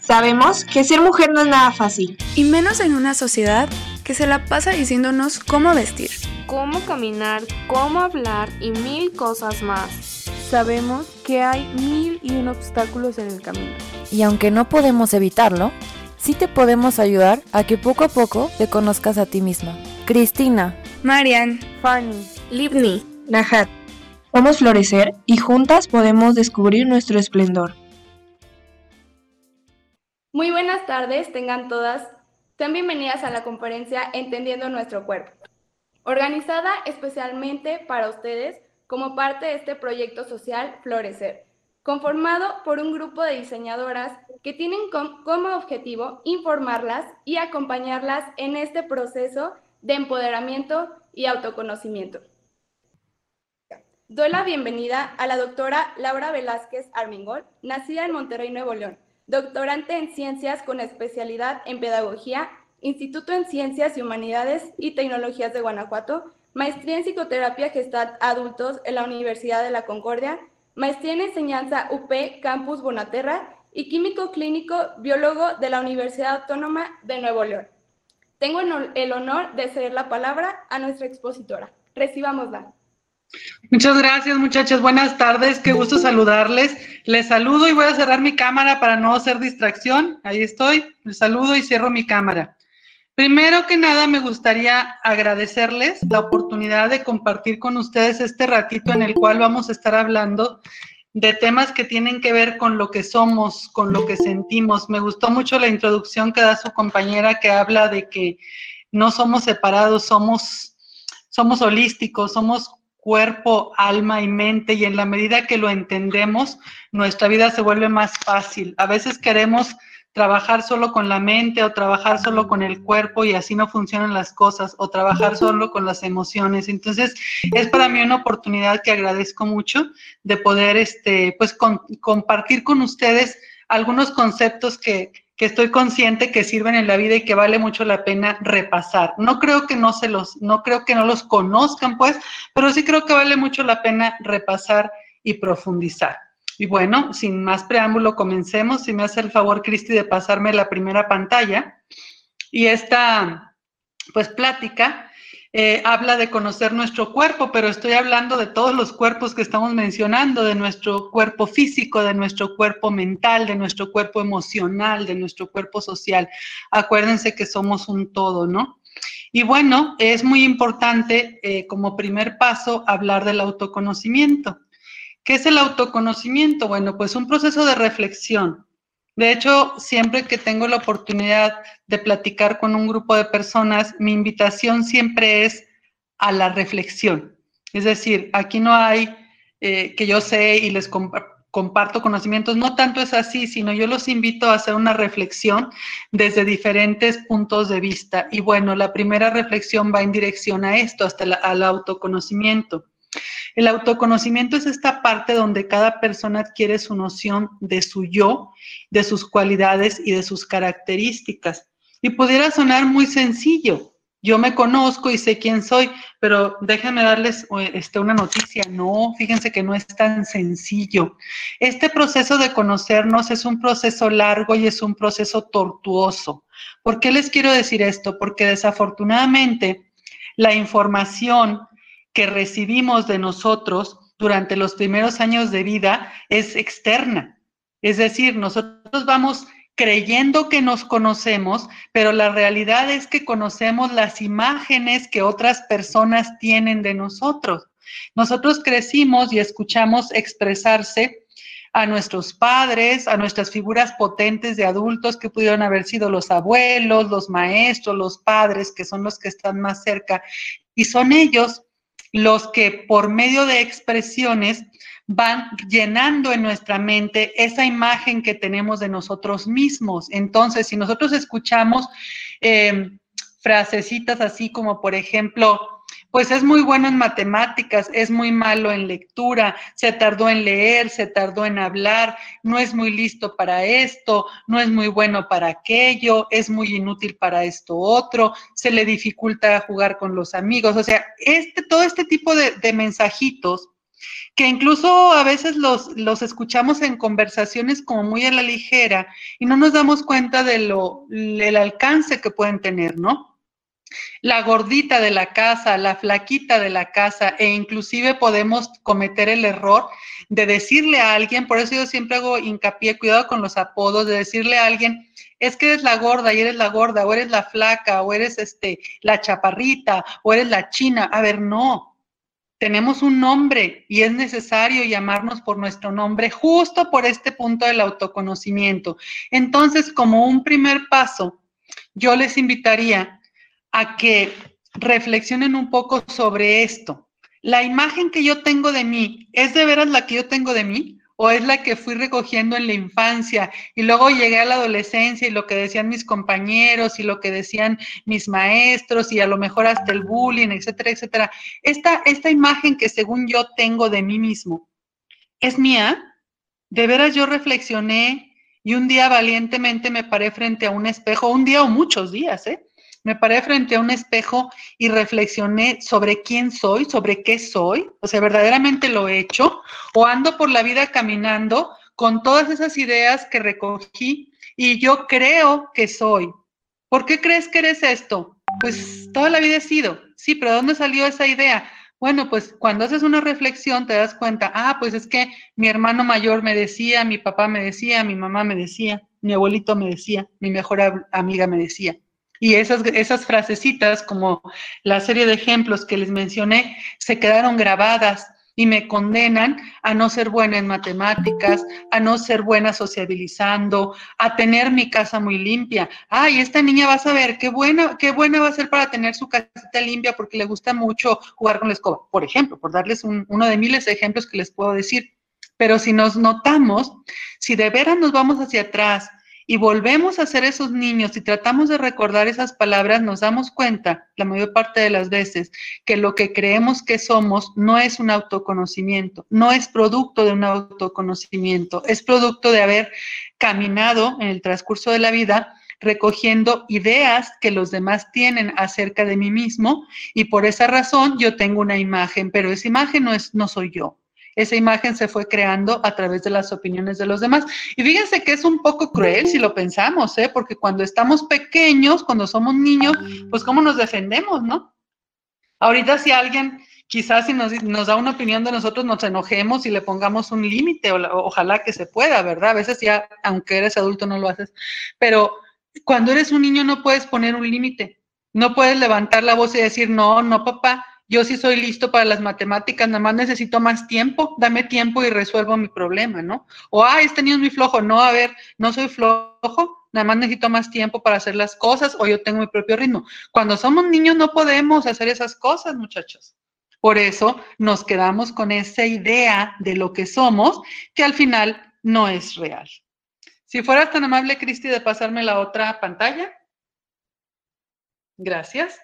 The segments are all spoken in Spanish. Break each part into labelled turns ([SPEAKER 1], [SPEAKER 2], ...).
[SPEAKER 1] Sabemos que ser mujer no es nada fácil.
[SPEAKER 2] Y menos en una sociedad que se la pasa diciéndonos cómo vestir,
[SPEAKER 3] cómo caminar, cómo hablar y mil cosas más.
[SPEAKER 4] Sabemos que hay 1001 obstáculos en el camino.
[SPEAKER 5] Y aunque no podemos evitarlo, sí te podemos ayudar a que poco a poco te conozcas a ti misma. Cristina,
[SPEAKER 2] Marian,
[SPEAKER 4] Fanny,
[SPEAKER 3] Livni,
[SPEAKER 1] Najat. Vamos a florecer y juntas podemos descubrir nuestro esplendor.
[SPEAKER 6] Muy buenas tardes, tengan todas. Sean bienvenidas a la conferencia Entendiendo Nuestro Cuerpo, organizada especialmente para ustedes como parte de este proyecto social Florecer, conformado por un grupo de diseñadoras que tienen como objetivo informarlas y acompañarlas en este proceso de empoderamiento y autoconocimiento. Doy la bienvenida a la doctora Laura Velázquez Armengol, nacida en Monterrey, Nuevo León, doctorante en Ciencias con especialidad en Pedagogía, Instituto en Ciencias y Humanidades y Tecnologías de Guanajuato, maestría en Psicoterapia Gestal Adultos en la Universidad de la Concordia, maestría en Enseñanza UP Campus Bonaterra y químico clínico biólogo de la Universidad Autónoma de Nuevo León. Tengo el honor de ceder la palabra a nuestra expositora. Recibámosla.
[SPEAKER 7] Muchas gracias, muchachas. Buenas tardes, qué gusto saludarles. Les saludo y voy a cerrar mi cámara para no hacer distracción. Ahí estoy, les saludo y cierro mi cámara. Primero que nada, me gustaría agradecerles la oportunidad de compartir con ustedes este ratito en el cual vamos a estar hablando de temas que tienen que ver con lo que somos, con lo que sentimos. Me gustó mucho la introducción que da su compañera que habla de que no somos separados, somos holísticos, somos cuerpo, alma y mente, y en la medida que lo entendemos, nuestra vida se vuelve más fácil. A veces queremos trabajar solo con la mente o trabajar solo con el cuerpo y así no funcionan las cosas, o trabajar solo con las emociones. Entonces, es para mí una oportunidad que agradezco mucho de poder compartir con ustedes algunos conceptos que estoy consciente que sirven en la vida y que vale mucho la pena repasar. No creo que no los conozcan, pues, pero sí creo que vale mucho la pena repasar y profundizar. Y bueno, sin más preámbulo, comencemos. Si me hace el favor, Cristi, de pasarme la primera pantalla. Y esta, pues, plática habla de conocer nuestro cuerpo, pero estoy hablando de todos los cuerpos que estamos mencionando, de nuestro cuerpo físico, de nuestro cuerpo mental, de nuestro cuerpo emocional, de nuestro cuerpo social. Acuérdense que somos un todo, ¿no? Y bueno, es muy importante como primer paso hablar del autoconocimiento. ¿Qué es el autoconocimiento? Bueno, pues un proceso de reflexión. De hecho, siempre que tengo la oportunidad de platicar con un grupo de personas, mi invitación siempre es a la reflexión. Es decir, aquí no hay que yo sé y les comparto conocimientos, no tanto es así, sino yo los invito a hacer una reflexión desde diferentes puntos de vista. Y bueno, la primera reflexión va en dirección a esto, al autoconocimiento. El autoconocimiento es esta parte donde cada persona adquiere su noción de su yo, de sus cualidades y de sus características. Y pudiera sonar muy sencillo. Yo me conozco y sé quién soy, pero déjenme darles una noticia. No, fíjense que no es tan sencillo. Este proceso de conocernos es un proceso largo y es un proceso tortuoso. ¿Por qué les quiero decir esto? Porque desafortunadamente la información que recibimos de nosotros durante los primeros años de vida es externa. Es decir, nosotros vamos creyendo que nos conocemos, pero la realidad es que conocemos las imágenes que otras personas tienen de nosotros. Nosotros crecimos y escuchamos expresarse a nuestros padres, a nuestras figuras potentes de adultos que pudieron haber sido los abuelos, los maestros, los padres, que son los que están más cerca, y son ellos los que por medio de expresiones van llenando en nuestra mente esa imagen que tenemos de nosotros mismos. Entonces, si nosotros escuchamos frasecitas así como, por ejemplo, pues es muy bueno en matemáticas, es muy malo en lectura, se tardó en leer, se tardó en hablar, no es muy listo para esto, no es muy bueno para aquello, es muy inútil para esto otro, se le dificulta jugar con los amigos. O sea, todo este tipo de mensajitos que incluso a veces los escuchamos en conversaciones como muy a la ligera y no nos damos cuenta del alcance que pueden tener, ¿no? La gordita de la casa, la flaquita de la casa, e inclusive podemos cometer el error de decirle a alguien, por eso yo siempre hago hincapié, cuidado con los apodos, de decirle a alguien, es que eres la gorda y eres la gorda, o eres la flaca, o eres la chaparrita, o eres la china. A ver, no. Tenemos un nombre y es necesario llamarnos por nuestro nombre justo por este punto del autoconocimiento. Entonces, como un primer paso, yo les invitaría a que reflexionen un poco sobre esto. ¿La imagen que yo tengo de mí es de veras la que yo tengo de mí? ¿O es la que fui recogiendo en la infancia y luego llegué a la adolescencia y lo que decían mis compañeros y lo que decían mis maestros y a lo mejor hasta el bullying, etcétera, etcétera? Esta imagen que según yo tengo de mí mismo, ¿es mía? ¿De veras yo reflexioné y un día valientemente me paré frente a un espejo, un día o muchos días, me paré frente a un espejo y reflexioné sobre quién soy, sobre qué soy? O sea, ¿verdaderamente lo he hecho? ¿O ando por la vida caminando con todas esas ideas que recogí y yo creo que soy? ¿Por qué crees que eres esto? Pues toda la vida he sido. Sí, pero ¿de dónde salió esa idea? Bueno, pues cuando haces una reflexión te das cuenta, pues es que mi hermano mayor me decía, mi papá me decía, mi mamá me decía, mi abuelito me decía, mi mejor amiga me decía. Y esas frasecitas, como la serie de ejemplos que les mencioné, se quedaron grabadas y me condenan a no ser buena en matemáticas, a no ser buena sociabilizando, a tener mi casa muy limpia. Y esta niña vas a ver qué buena va a ser para tener su casita limpia porque le gusta mucho jugar con la escoba, por ejemplo, por darles uno de miles de ejemplos que les puedo decir. Pero si nos notamos, si de veras nos vamos hacia atrás y volvemos a ser esos niños y tratamos de recordar esas palabras, nos damos cuenta, la mayor parte de las veces, que lo que creemos que somos no es un autoconocimiento, no es producto de un autoconocimiento, es producto de haber caminado en el transcurso de la vida recogiendo ideas que los demás tienen acerca de mí mismo y por esa razón yo tengo una imagen, pero esa imagen no soy yo. Esa imagen se fue creando a través de las opiniones de los demás. Y fíjense que es un poco cruel si lo pensamos, porque cuando estamos pequeños, cuando somos niños, pues ¿cómo nos defendemos, no? Ahorita si alguien, quizás si nos da una opinión de nosotros, nos enojemos y le pongamos un límite, ojalá que se pueda, ¿verdad? A veces ya, aunque eres adulto, no lo haces. Pero cuando eres un niño no puedes poner un límite. No puedes levantar la voz y decir, no, papá, yo sí soy listo para las matemáticas, nada más necesito más tiempo, dame tiempo y resuelvo mi problema, ¿no? O, este niño es muy flojo, no, a ver, no soy flojo, nada más necesito más tiempo para hacer las cosas o yo tengo mi propio ritmo. Cuando somos niños no podemos hacer esas cosas, muchachos. Por eso nos quedamos con esa idea de lo que somos, que al final no es real. Si fueras tan amable, Cristi, de pasarme la otra pantalla. Gracias.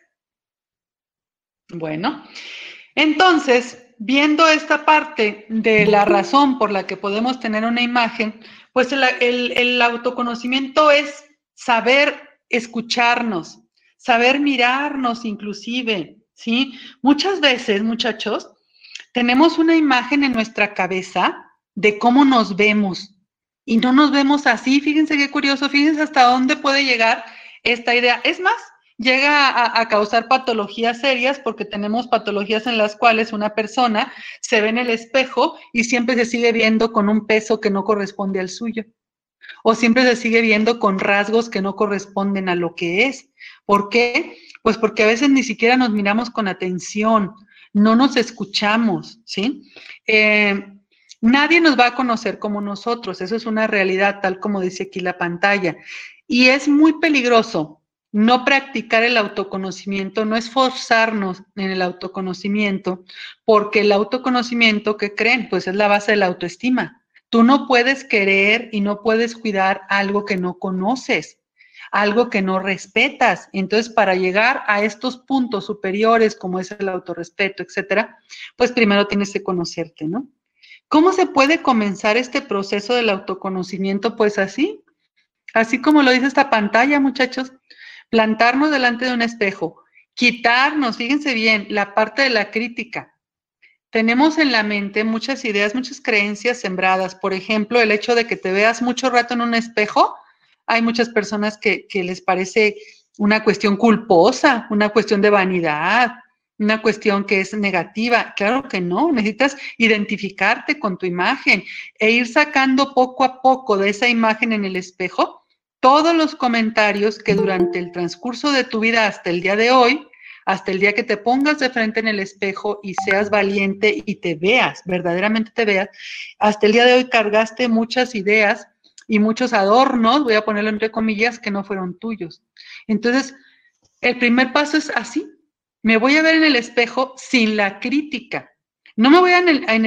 [SPEAKER 7] Bueno, entonces, viendo esta parte de la razón por la que podemos tener una imagen, pues el autoconocimiento es saber escucharnos, saber mirarnos inclusive, ¿sí? Muchas veces, muchachos, tenemos una imagen en nuestra cabeza de cómo nos vemos y no nos vemos así. Fíjense qué curioso, fíjense hasta dónde puede llegar esta idea. Es más, llega a causar patologías serias porque tenemos patologías en las cuales una persona se ve en el espejo y siempre se sigue viendo con un peso que no corresponde al suyo. O siempre se sigue viendo con rasgos que no corresponden a lo que es. ¿Por qué? Pues porque a veces ni siquiera nos miramos con atención, no nos escuchamos, ¿sí? Nadie nos va a conocer como nosotros, eso es una realidad, tal como dice aquí la pantalla. Y es muy peligroso no practicar el autoconocimiento, no esforzarnos en el autoconocimiento, porque el autoconocimiento, ¿qué creen? Pues es la base de la autoestima. Tú no puedes querer y no puedes cuidar algo que no conoces, algo que no respetas. Entonces, para llegar a estos puntos superiores, como es el autorrespeto, etcétera, pues primero tienes que conocerte, ¿no? ¿Cómo se puede comenzar este proceso del autoconocimiento? Pues así como lo dice esta pantalla, muchachos. Plantarnos delante de un espejo, quitarnos, fíjense bien, la parte de la crítica, tenemos en la mente muchas ideas, muchas creencias sembradas. Por ejemplo, el hecho de que te veas mucho rato en un espejo. Hay muchas personas que les parece una cuestión culposa, una cuestión de vanidad, una cuestión que es negativa. Claro que no, necesitas identificarte con tu imagen e ir sacando poco a poco de esa imagen en el espejo todos los comentarios que durante el transcurso de tu vida hasta el día de hoy, hasta el día que te pongas de frente en el espejo y seas valiente y te veas, verdaderamente te veas, hasta el día de hoy cargaste muchas ideas y muchos adornos, voy a ponerlo entre comillas, que no fueron tuyos. Entonces, el primer paso es así. Me voy a ver en el espejo sin la crítica. No me voy a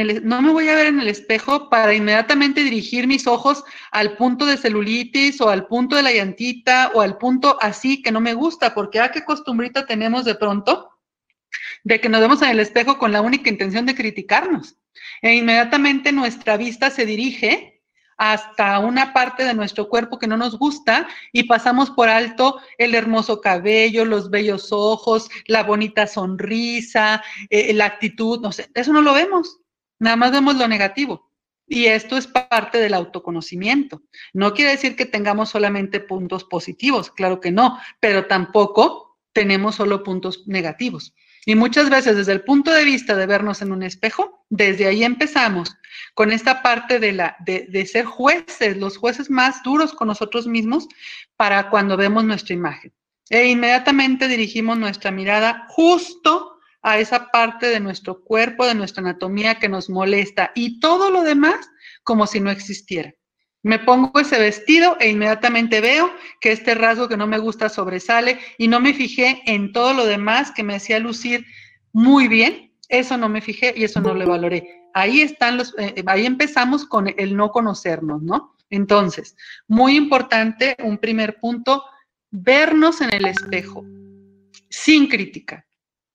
[SPEAKER 7] ver en el espejo para inmediatamente dirigir mis ojos al punto de celulitis o al punto de la llantita o al punto así que no me gusta, porque qué costumbrita tenemos de pronto de que nos vemos en el espejo con la única intención de criticarnos. E inmediatamente nuestra vista se dirige hasta una parte de nuestro cuerpo que no nos gusta y pasamos por alto el hermoso cabello, los bellos ojos, la bonita sonrisa, la actitud, no sé, eso no lo vemos, nada más vemos lo negativo. Y esto es parte del autoconocimiento. No quiere decir que tengamos solamente puntos positivos, claro que no, pero tampoco tenemos solo puntos negativos. Y muchas veces desde el punto de vista de vernos en un espejo, desde ahí empezamos con esta parte de ser jueces, los jueces más duros con nosotros mismos para cuando vemos nuestra imagen. E inmediatamente dirigimos nuestra mirada justo a esa parte de nuestro cuerpo, de nuestra anatomía que nos molesta y todo lo demás como si no existiera. Me pongo ese vestido e inmediatamente veo que este rasgo que no me gusta sobresale y no me fijé en todo lo demás que me hacía lucir muy bien. Eso no me fijé y eso no lo valoré. Ahí empezamos con el no conocernos, ¿no? Entonces, muy importante, un primer punto, vernos en el espejo, sin crítica,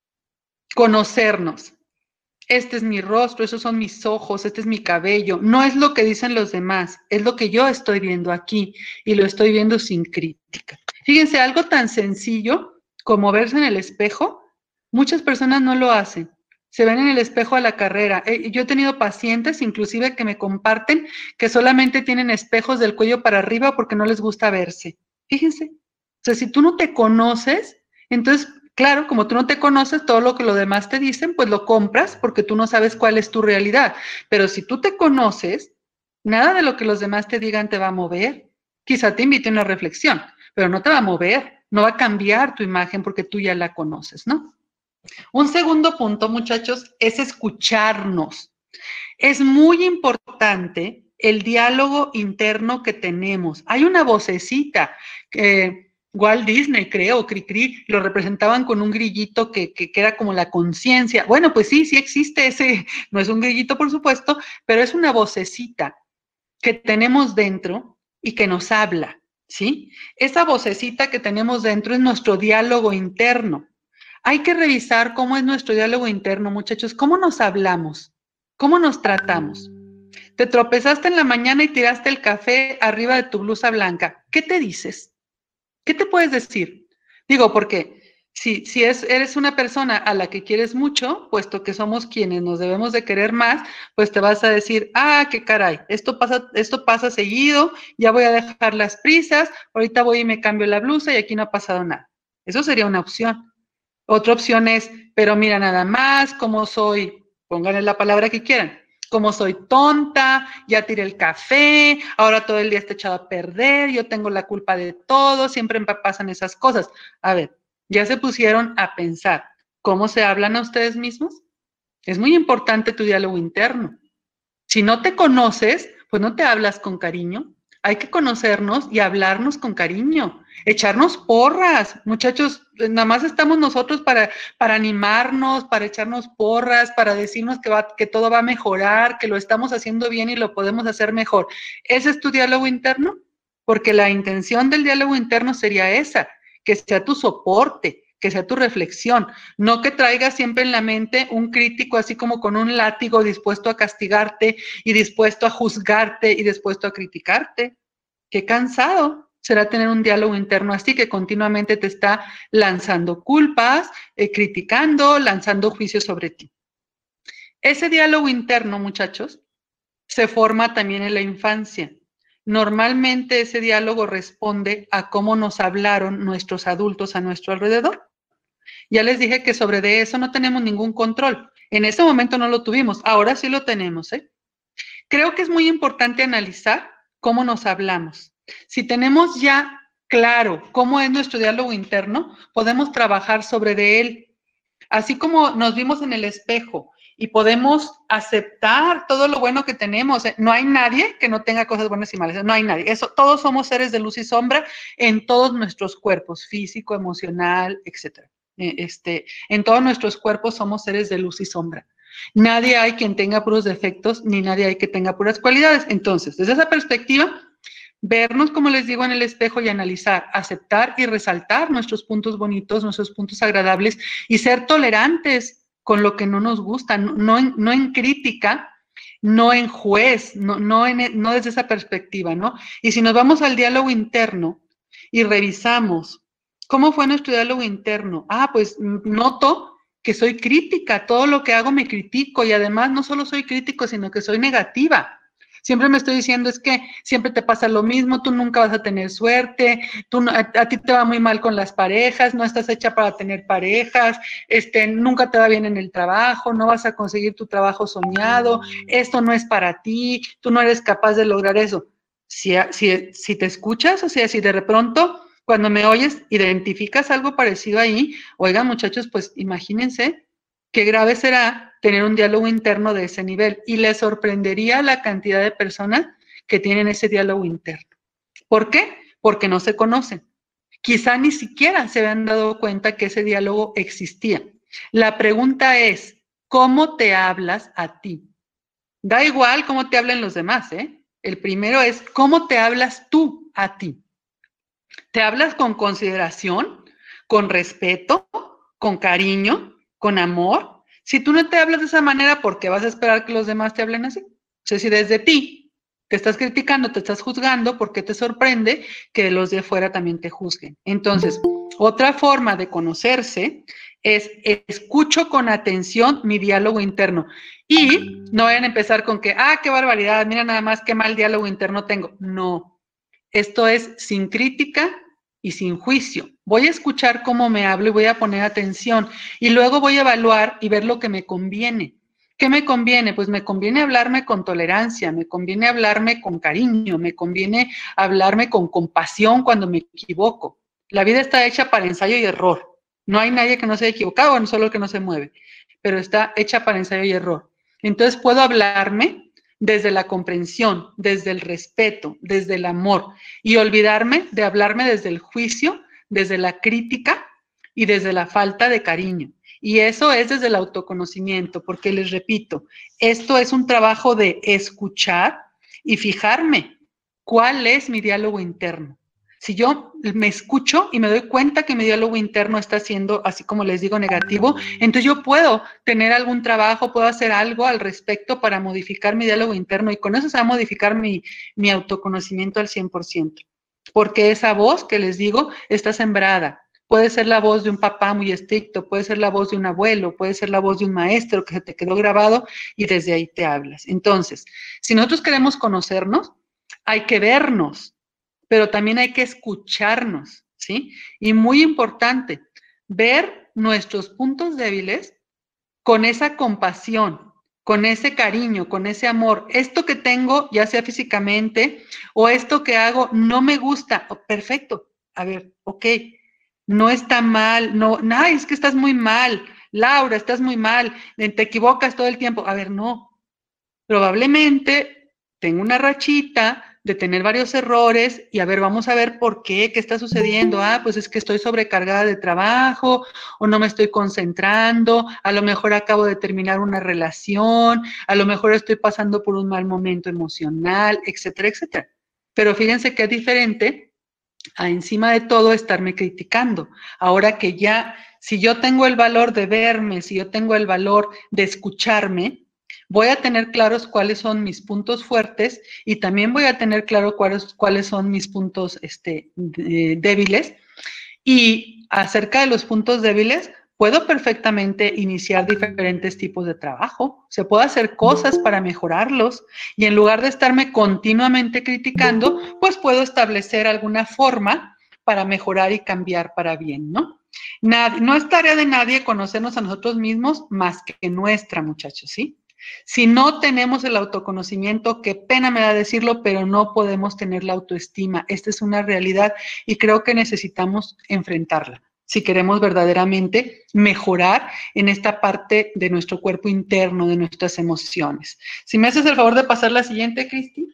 [SPEAKER 7] conocernos. Este es mi rostro, esos son mis ojos, este es mi cabello. No es lo que dicen los demás, es lo que yo estoy viendo aquí y lo estoy viendo sin crítica. Fíjense, algo tan sencillo como verse en el espejo, muchas personas no lo hacen. Se ven en el espejo a la carrera. Yo he tenido pacientes, inclusive, que me comparten que solamente tienen espejos del cuello para arriba porque no les gusta verse. Fíjense, o sea, si tú no te conoces, entonces... Claro, como tú no te conoces, todo lo que los demás te dicen, pues lo compras porque tú no sabes cuál es tu realidad. Pero si tú te conoces, nada de lo que los demás te digan te va a mover. Quizá te invite a una reflexión, pero no te va a mover, no va a cambiar tu imagen porque tú ya la conoces, ¿no? Un segundo punto, muchachos, es escucharnos. Es muy importante el diálogo interno que tenemos. Hay una vocecita que... Walt Disney, creo, Cricri, lo representaban con un grillito que era como la conciencia. Bueno, pues sí existe ese, no es un grillito por supuesto, pero es una vocecita que tenemos dentro y que nos habla, ¿sí? Esa vocecita que tenemos dentro es nuestro diálogo interno. Hay que revisar cómo es nuestro diálogo interno, muchachos, cómo nos hablamos, cómo nos tratamos. Te tropezaste en la mañana y tiraste el café arriba de tu blusa blanca. ¿Qué te dices? ¿Qué te puedes decir? Digo, porque si eres una persona a la que quieres mucho, puesto que somos quienes nos debemos de querer más, pues te vas a decir, qué caray, esto pasa seguido, ya voy a dejar las prisas, ahorita voy y me cambio la blusa y aquí no ha pasado nada. Eso sería una opción. Otra opción es, pero mira nada más, cómo soy, pónganle la palabra que quieran. Como soy tonta, ya tiré el café, ahora todo el día está echado a perder, yo tengo la culpa de todo, siempre me pasan esas cosas. A ver, ¿ya se pusieron a pensar cómo se hablan a ustedes mismos? Es muy importante tu diálogo interno. Si no te conoces, pues no te hablas con cariño. Hay que conocernos y hablarnos con cariño, echarnos porras. Muchachos, nada más estamos nosotros para animarnos, para echarnos porras, para decirnos que todo va a mejorar, que lo estamos haciendo bien y lo podemos hacer mejor. ¿Ese es tu diálogo interno? Porque la intención del diálogo interno sería esa, que sea tu soporte, que sea tu reflexión, no que traigas siempre en la mente un crítico así como con un látigo dispuesto a castigarte y dispuesto a juzgarte y dispuesto a criticarte. Qué cansado será tener un diálogo interno así que continuamente te está lanzando culpas, criticando, lanzando juicios sobre ti. Ese diálogo interno, muchachos, se forma también en la infancia. Normalmente ese diálogo responde a cómo nos hablaron nuestros adultos a nuestro alrededor. Ya les dije que sobre de eso no tenemos ningún control. En ese momento no lo tuvimos, ahora sí lo tenemos, ¿eh? Creo que es muy importante analizar cómo nos hablamos. Si tenemos ya claro cómo es nuestro diálogo interno, podemos trabajar sobre de él. Así como nos vimos en el espejo y podemos aceptar todo lo bueno que tenemos. No hay nadie que no tenga cosas buenas y malas. No hay nadie. Eso, todos somos seres de luz y sombra en todos nuestros cuerpos, físico, emocional, etc. En todos nuestros cuerpos somos seres de luz y sombra. Nadie hay quien tenga puros defectos, ni nadie hay que tenga puras cualidades. Entonces, desde esa perspectiva, vernos, como les digo, en el espejo y analizar, aceptar y resaltar nuestros puntos bonitos, nuestros puntos agradables y ser tolerantes con lo que no nos gusta, no en crítica, no en juez, no desde esa perspectiva, ¿no? Y si nos vamos al diálogo interno y revisamos cómo fue nuestro diálogo interno, pues noto que soy crítica, todo lo que hago me critico y además no solo soy crítico, sino que soy negativa. Siempre me estoy diciendo, es que siempre te pasa lo mismo, tú nunca vas a tener suerte, a ti te va muy mal con las parejas, no estás hecha para tener parejas, nunca te va bien en el trabajo, no vas a conseguir tu trabajo soñado, esto no es para ti, tú no eres capaz de lograr eso. Si te escuchas, o sea, si de pronto cuando me oyes identificas algo parecido ahí, oigan muchachos, pues imagínense qué grave será tener un diálogo interno de ese nivel y les sorprendería la cantidad de personas que tienen ese diálogo interno. ¿Por qué? Porque no se conocen. Quizá ni siquiera se habían dado cuenta que ese diálogo existía. La pregunta es, ¿cómo te hablas a ti? Da igual cómo te hablen los demás, ¿eh? El primero es, ¿cómo te hablas tú a ti? ¿Te hablas con consideración, con respeto, con cariño, con amor? Si tú no te hablas de esa manera, ¿por qué vas a esperar que los demás te hablen así? O sea, si desde ti te estás criticando, te estás juzgando, ¿por qué te sorprende que los de afuera también te juzguen? Entonces, otra forma de conocerse es escucho con atención mi diálogo interno. Y no vayan a empezar con que, qué barbaridad, mira nada más qué mal diálogo interno tengo. No. Esto es sin crítica y sin juicio. Voy a escuchar cómo me hablo y voy a poner atención y luego voy a evaluar y ver lo que me conviene. ¿Qué me conviene? Pues me conviene hablarme con tolerancia, me conviene hablarme con cariño, me conviene hablarme con compasión cuando me equivoco. La vida está hecha para ensayo y error. No hay nadie que no se haya equivocado, bueno, solo el que no se mueve, pero está hecha para ensayo y error. Entonces puedo hablarme desde la comprensión, desde el respeto, desde el amor y olvidarme de hablarme desde el juicio, desde la crítica y desde la falta de cariño. Y eso es desde el autoconocimiento, porque les repito, esto es un trabajo de escuchar y fijarme cuál es mi diálogo interno. Si yo me escucho y me doy cuenta que mi diálogo interno está siendo, así como les digo, negativo, entonces yo puedo tener algún trabajo, puedo hacer algo al respecto para modificar mi diálogo interno y con eso se va a modificar mi autoconocimiento al 100%. Porque esa voz que les digo está sembrada. Puede ser la voz de un papá muy estricto, puede ser la voz de un abuelo, puede ser la voz de un maestro que se te quedó grabado y desde ahí te hablas. Entonces, si nosotros queremos conocernos, hay que vernos, pero también hay que escucharnos, ¿sí? Y muy importante, ver nuestros puntos débiles con esa compasión, con ese cariño, con ese amor. Esto que tengo, ya sea físicamente, o esto que hago, no me gusta. Perfecto, a ver, ok, no está mal, no, es que estás muy mal, Laura, estás muy mal, te equivocas todo el tiempo. A ver, no, probablemente tengo una rachita de tener varios errores y a ver, vamos a ver por qué está sucediendo. Pues es que estoy sobrecargada de trabajo o no me estoy concentrando, a lo mejor acabo de terminar una relación, a lo mejor estoy pasando por un mal momento emocional, etcétera, etcétera. Pero fíjense que es diferente a encima de todo estarme criticando. Ahora que ya, si yo tengo el valor de verme, si yo tengo el valor de escucharme, voy a tener claros cuáles son mis puntos fuertes y también voy a tener claro cuáles son mis puntos débiles. Y acerca de los puntos débiles, puedo perfectamente iniciar diferentes tipos de trabajo, se puede hacer cosas para mejorarlos y en lugar de estarme continuamente criticando, pues puedo establecer alguna forma para mejorar y cambiar para bien, ¿no? No es tarea de nadie conocernos a nosotros mismos más que nuestra, muchachos, ¿sí? Si no tenemos el autoconocimiento, qué pena me da decirlo, pero no podemos tener la autoestima. Esta es una realidad y creo que necesitamos enfrentarla si queremos verdaderamente mejorar en esta parte de nuestro cuerpo interno, de nuestras emociones. Si me haces el favor de pasar la siguiente, Cristi.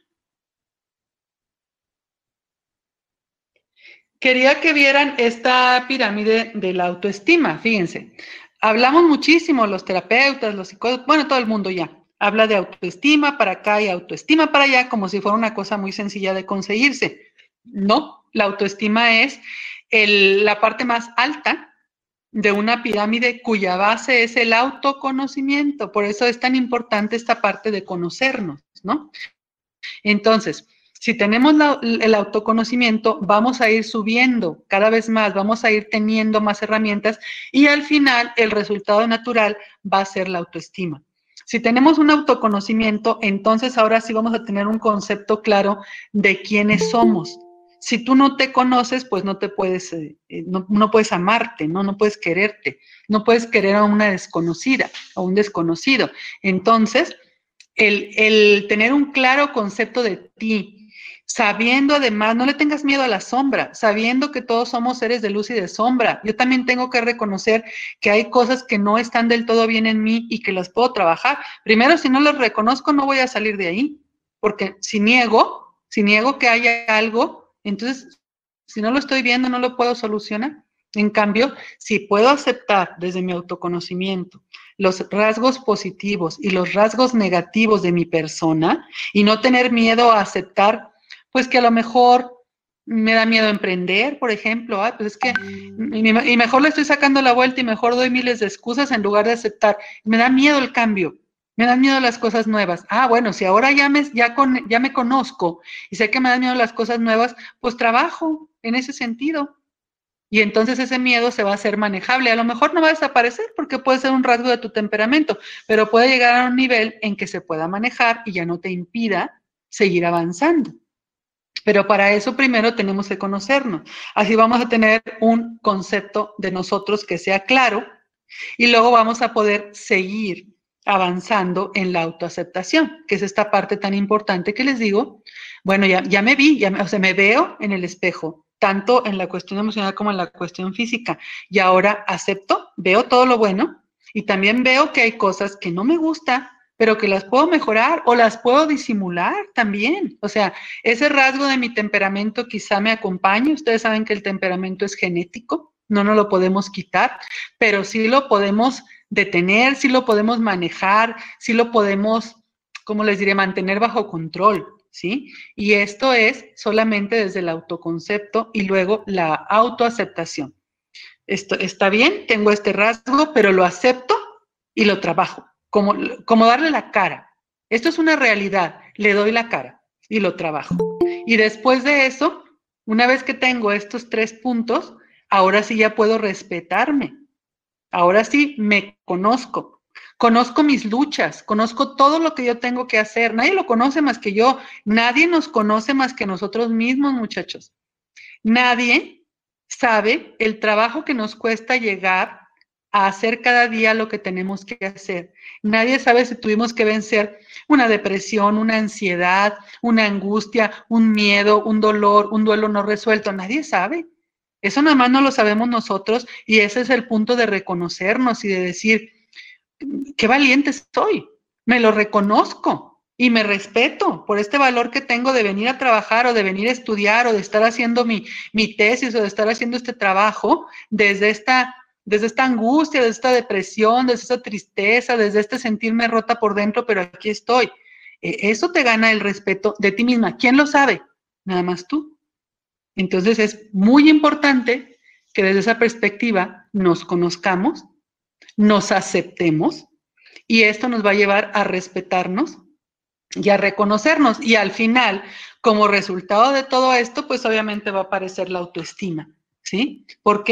[SPEAKER 7] Quería que vieran esta pirámide de la autoestima, fíjense. Hablamos muchísimo, los terapeutas, los psicólogos, bueno, todo el mundo ya habla de autoestima para acá y autoestima para allá, como si fuera una cosa muy sencilla de conseguirse. No, la autoestima es la parte más alta de una pirámide cuya base es el autoconocimiento. Por eso es tan importante esta parte de conocernos, ¿no? Entonces, si tenemos el autoconocimiento, vamos a ir subiendo cada vez más, vamos a ir teniendo más herramientas y al final el resultado natural va a ser la autoestima. Si tenemos un autoconocimiento, entonces ahora sí vamos a tener un concepto claro de quiénes somos. Si tú no te conoces, pues no te puedes, no puedes amarte, ¿no? No puedes quererte, no puedes querer a una desconocida, a un desconocido. Entonces, el tener un claro concepto de ti, sabiendo además, no le tengas miedo a la sombra, sabiendo que todos somos seres de luz y de sombra. Yo también tengo que reconocer que hay cosas que no están del todo bien en mí y que las puedo trabajar. Primero, si no las reconozco, no voy a salir de ahí, porque si niego que haya algo, entonces, si no lo estoy viendo, no lo puedo solucionar. En cambio, si puedo aceptar desde mi autoconocimiento los rasgos positivos y los rasgos negativos de mi persona y no tener miedo a aceptar, pues que a lo mejor me da miedo emprender, por ejemplo, pues es que, y mejor le estoy sacando la vuelta y mejor doy miles de excusas en lugar de aceptar. Me da miedo el cambio. Me dan miedo las cosas nuevas. Bueno, si ahora ya me conozco y sé que me dan miedo las cosas nuevas, pues trabajo en ese sentido. Y entonces ese miedo se va a hacer manejable. A lo mejor no va a desaparecer porque puede ser un rasgo de tu temperamento, pero puede llegar a un nivel en que se pueda manejar y ya no te impida seguir avanzando. Pero para eso primero tenemos que conocernos. Así vamos a tener un concepto de nosotros que sea claro y luego vamos a poder seguir avanzando en la autoaceptación, que es esta parte tan importante que les digo. Bueno, ya me vi, me veo en el espejo, tanto en la cuestión emocional como en la cuestión física, y ahora acepto, veo todo lo bueno, y también veo que hay cosas que no me gustan, pero que las puedo mejorar o las puedo disimular también. O sea, ese rasgo de mi temperamento quizá me acompañe. Ustedes saben que el temperamento es genético, no nos lo podemos quitar, pero sí lo podemos detener, sí lo podemos manejar, sí lo podemos, ¿cómo les diré?, mantener bajo control, ¿sí? Y esto es solamente desde el autoconcepto y luego la autoaceptación. Esto está bien, tengo este rasgo, pero lo acepto y lo trabajo, como darle la cara. Esto es una realidad, le doy la cara y lo trabajo. Y después de eso, una vez que tengo estos 3 puntos, ahora sí ya puedo respetarme. Ahora sí me conozco mis luchas, conozco todo lo que yo tengo que hacer. Nadie lo conoce más que yo, nadie nos conoce más que nosotros mismos, muchachos. Nadie sabe el trabajo que nos cuesta llegar a hacer cada día lo que tenemos que hacer. Nadie sabe si tuvimos que vencer una depresión, una ansiedad, una angustia, un miedo, un dolor, un duelo no resuelto. Nadie sabe. Eso nada más no lo sabemos nosotros y ese es el punto de reconocernos y de decir, qué valiente soy, me lo reconozco y me respeto por este valor que tengo de venir a trabajar o de venir a estudiar o de estar haciendo mi tesis o de estar haciendo este trabajo desde esta angustia, desde esta depresión, desde esta tristeza, desde este sentirme rota por dentro, pero aquí estoy. Eso te gana el respeto de ti misma. ¿Quién lo sabe? Nada más tú. Entonces es muy importante que desde esa perspectiva nos conozcamos, nos aceptemos y esto nos va a llevar a respetarnos y a reconocernos y al final, como resultado de todo esto, pues obviamente va a aparecer la autoestima, ¿sí? ¿Por qué?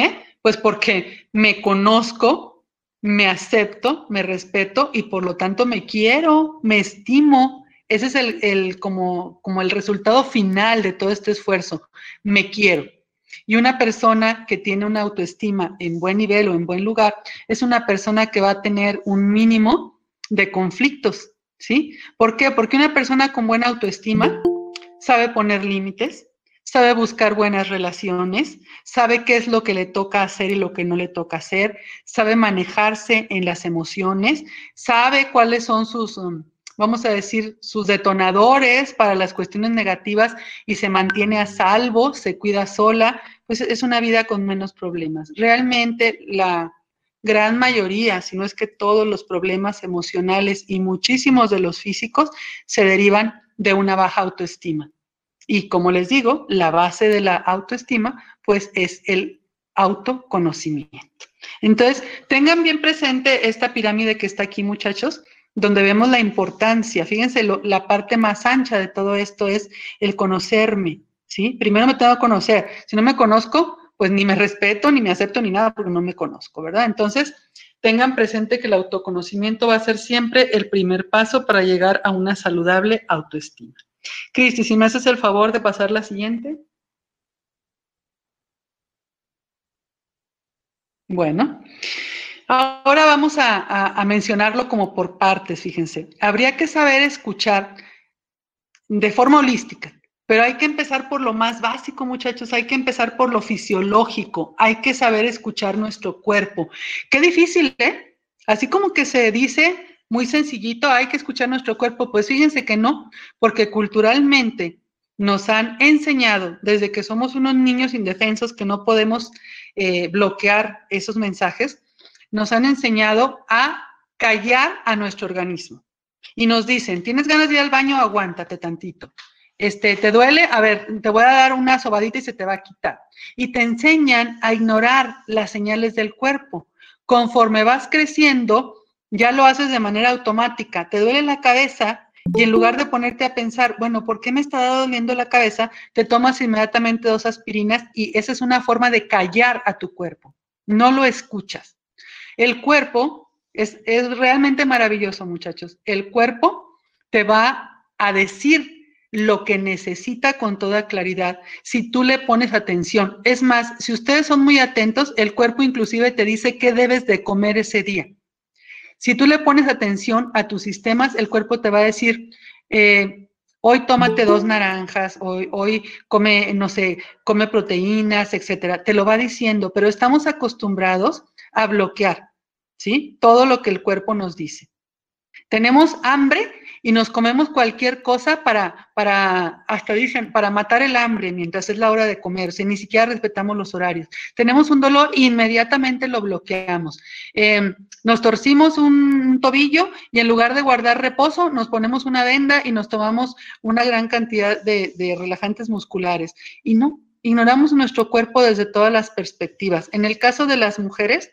[SPEAKER 7] Pues porque me conozco, me acepto, me respeto y por lo tanto me quiero, me estimo. Ese es como el resultado final de todo este esfuerzo. Me quiero. Y una persona que tiene una autoestima en buen nivel o en buen lugar es una persona que va a tener un mínimo de conflictos, ¿sí? ¿Por qué? Porque una persona con buena autoestima sabe poner límites, sabe buscar buenas relaciones, sabe qué es lo que le toca hacer y lo que no le toca hacer, sabe manejarse en las emociones, sabe cuáles son sus, vamos a decir, sus detonadores para las cuestiones negativas y se mantiene a salvo, se cuida sola, pues es una vida con menos problemas. Realmente la gran mayoría, si no es que todos los problemas emocionales y muchísimos de los físicos se derivan de una baja autoestima. Y como les digo, la base de la autoestima, pues es el autoconocimiento. Entonces, tengan bien presente esta pirámide que está aquí, muchachos, donde vemos la importancia. Fíjense, la parte más ancha de todo esto es el conocerme, ¿sí? Primero me tengo que conocer. Si no me conozco, pues ni me respeto, ni me acepto, ni nada, porque no me conozco, ¿verdad? Entonces, tengan presente que el autoconocimiento va a ser siempre el primer paso para llegar a una saludable autoestima. Cristi, si me haces el favor de pasar la siguiente. Bueno, ahora vamos a mencionarlo como por partes, fíjense. Habría que saber escuchar de forma holística, pero hay que empezar por lo más básico, muchachos, hay que empezar por lo fisiológico, hay que saber escuchar nuestro cuerpo. Qué difícil, ¿eh? Así como que se dice muy sencillito, hay que escuchar nuestro cuerpo, pues fíjense que no, porque culturalmente nos han enseñado desde que somos unos niños indefensos que no podemos bloquear esos mensajes, nos han enseñado a callar a nuestro organismo. Y nos dicen, ¿tienes ganas de ir al baño? Aguántate tantito. ¿Te duele? A ver, te voy a dar una sobadita y se te va a quitar. Y te enseñan a ignorar las señales del cuerpo. Conforme vas creciendo, ya lo haces de manera automática. Te duele la cabeza y en lugar de ponerte a pensar, bueno, ¿por qué me está doliendo la cabeza? Te tomas inmediatamente 2 aspirinas y esa es una forma de callar a tu cuerpo. No lo escuchas. El cuerpo es realmente maravilloso, muchachos. El cuerpo te va a decir lo que necesita con toda claridad si tú le pones atención. Es más, si ustedes son muy atentos, el cuerpo inclusive te dice qué debes de comer ese día. Si tú le pones atención a tus sistemas, el cuerpo te va a decir, hoy tómate 2 naranjas, hoy come, no sé, come proteínas, etcétera. Te lo va diciendo, pero estamos acostumbrados a bloquear, ¿sí? Todo lo que el cuerpo nos dice. Tenemos hambre y nos comemos cualquier cosa hasta dicen, para matar el hambre mientras es la hora de comerse, ni siquiera respetamos los horarios. Tenemos un dolor e inmediatamente lo bloqueamos. Nos torcimos un tobillo y en lugar de guardar reposo, nos ponemos una venda y nos tomamos una gran cantidad de relajantes musculares. Y no, ignoramos nuestro cuerpo desde todas las perspectivas. En el caso de las mujeres,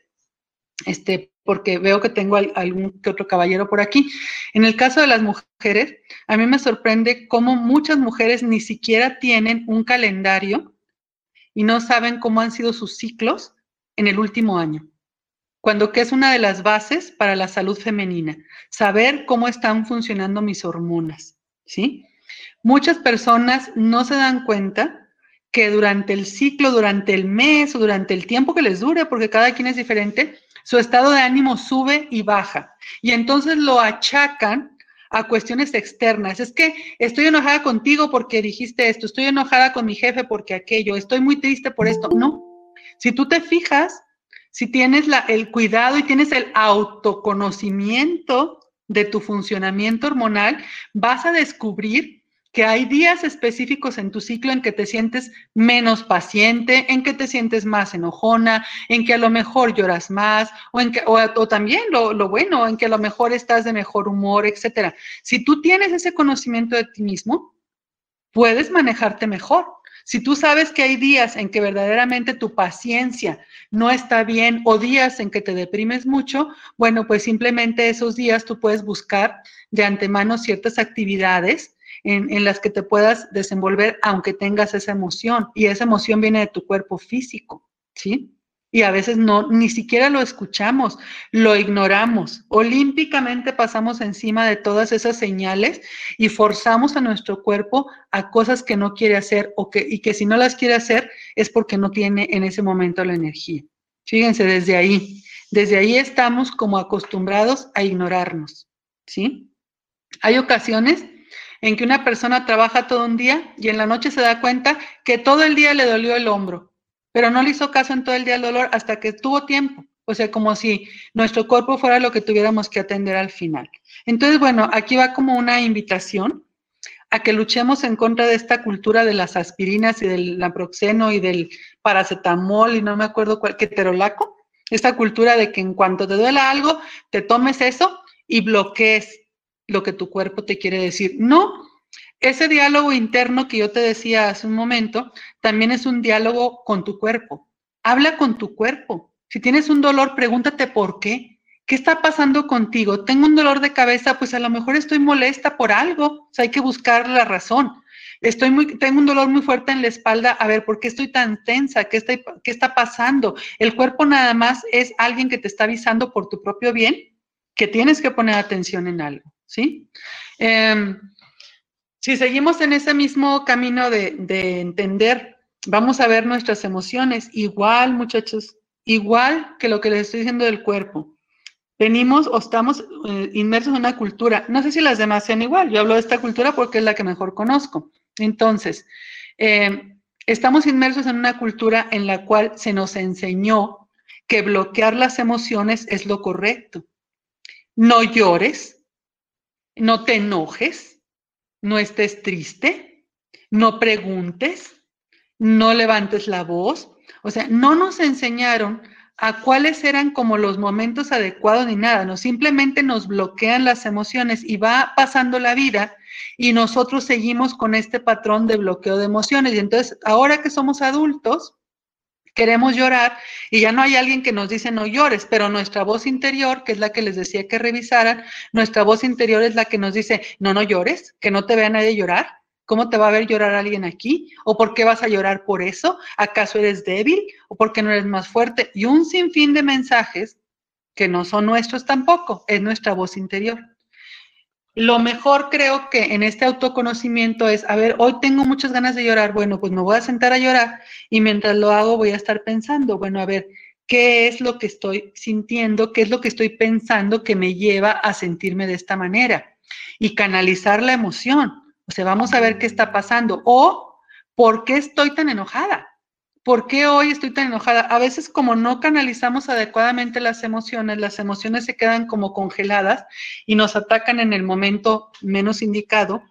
[SPEAKER 7] porque veo que tengo algún que otro caballero por aquí. En el caso de las mujeres, a mí me sorprende cómo muchas mujeres ni siquiera tienen un calendario y no saben cómo han sido sus ciclos en el último año. Cuando que es una de las bases para la salud femenina, saber cómo están funcionando mis hormonas, ¿sí? Muchas personas no se dan cuenta que durante el ciclo, durante el mes o durante el tiempo que les dure, porque cada quien es diferente, su estado de ánimo sube y baja. Y entonces lo achacan a cuestiones externas. Es que estoy enojada contigo porque dijiste esto, estoy enojada con mi jefe porque aquello, estoy muy triste por esto. No. Si tú te fijas, si tienes el cuidado y tienes el autoconocimiento de tu funcionamiento hormonal, vas a descubrir que hay días específicos en tu ciclo en que te sientes menos paciente, en que te sientes más enojona, en que a lo mejor lloras más, o también lo bueno, en que a lo mejor estás de mejor humor, etcétera. Si tú tienes ese conocimiento de ti mismo, puedes manejarte mejor. Si tú sabes que hay días en que verdaderamente tu paciencia no está bien o días en que te deprimes mucho, bueno, pues simplemente esos días tú puedes buscar de antemano ciertas actividades en las que te puedas desenvolver aunque tengas esa emoción, y esa emoción viene de tu cuerpo físico, ¿sí? Y a veces no, ni siquiera lo escuchamos, lo ignoramos. Olímpicamente pasamos encima de todas esas señales y forzamos a nuestro cuerpo a cosas que no quiere hacer y que si no las quiere hacer es porque no tiene en ese momento la energía. Fíjense, desde ahí estamos como acostumbrados a ignorarnos, ¿sí? Hay ocasiones en que una persona trabaja todo un día y en la noche se da cuenta que todo el día le dolió el hombro, pero no le hizo caso en todo el día el dolor hasta que tuvo tiempo. O sea, como si nuestro cuerpo fuera lo que tuviéramos que atender al final. Entonces, bueno, aquí va como una invitación a que luchemos en contra de esta cultura de las aspirinas y del naproxeno y del paracetamol y no me acuerdo cuál, ketorolaco. Esta cultura de que en cuanto te duela algo, te tomes eso y bloquees lo que tu cuerpo te quiere decir. No, ese diálogo interno que yo te decía hace un momento, también es un diálogo con tu cuerpo. Habla con tu cuerpo. Si tienes un dolor, pregúntate por qué. ¿Qué está pasando contigo? Tengo un dolor de cabeza, pues a lo mejor estoy molesta por algo. O sea, hay que buscar la razón. Tengo un dolor muy fuerte en la espalda. A ver, ¿por qué estoy tan tensa? ¿Qué está pasando? El cuerpo nada más es alguien que te está avisando por tu propio bien que tienes que poner atención en algo, ¿sí? Si seguimos en ese mismo camino de entender, vamos a ver nuestras emociones, igual, muchachos, igual que lo que les estoy diciendo del cuerpo. Venimos o estamos inmersos en una cultura, no sé si las demás sean igual, yo hablo de esta cultura porque es la que mejor conozco. Entonces, estamos inmersos en una cultura en la cual se nos enseñó que bloquear las emociones es lo correcto. No llores, no te enojes, no estés triste, no preguntes, no levantes la voz. O sea, no nos enseñaron a cuáles eran como los momentos adecuados ni nada, no, simplemente nos bloquean las emociones y va pasando la vida y nosotros seguimos con este patrón de bloqueo de emociones. Y entonces, ahora que somos adultos, queremos llorar y ya no hay alguien que nos dice no llores, pero nuestra voz interior, que es la que les decía que revisaran, nuestra voz interior es la que nos dice, no llores, que no te vea nadie llorar. ¿Cómo te va a ver llorar alguien aquí? ¿O por qué vas a llorar por eso? ¿Acaso eres débil? ¿O porque no eres más fuerte? Y un sinfín de mensajes que no son nuestros tampoco, es nuestra voz interior. Lo mejor creo que en este autoconocimiento es, a ver, hoy tengo muchas ganas de llorar, bueno, pues me voy a sentar a llorar y mientras lo hago voy a estar pensando, bueno, a ver, ¿qué es lo que estoy sintiendo? ¿Qué es lo que estoy pensando que me lleva a sentirme de esta manera? Y canalizar la emoción. O sea, vamos a ver qué está pasando. O, ¿por qué estoy tan enojada? ¿Por qué hoy estoy tan enojada? A veces como no canalizamos adecuadamente las emociones se quedan como congeladas y nos atacan en el momento menos indicado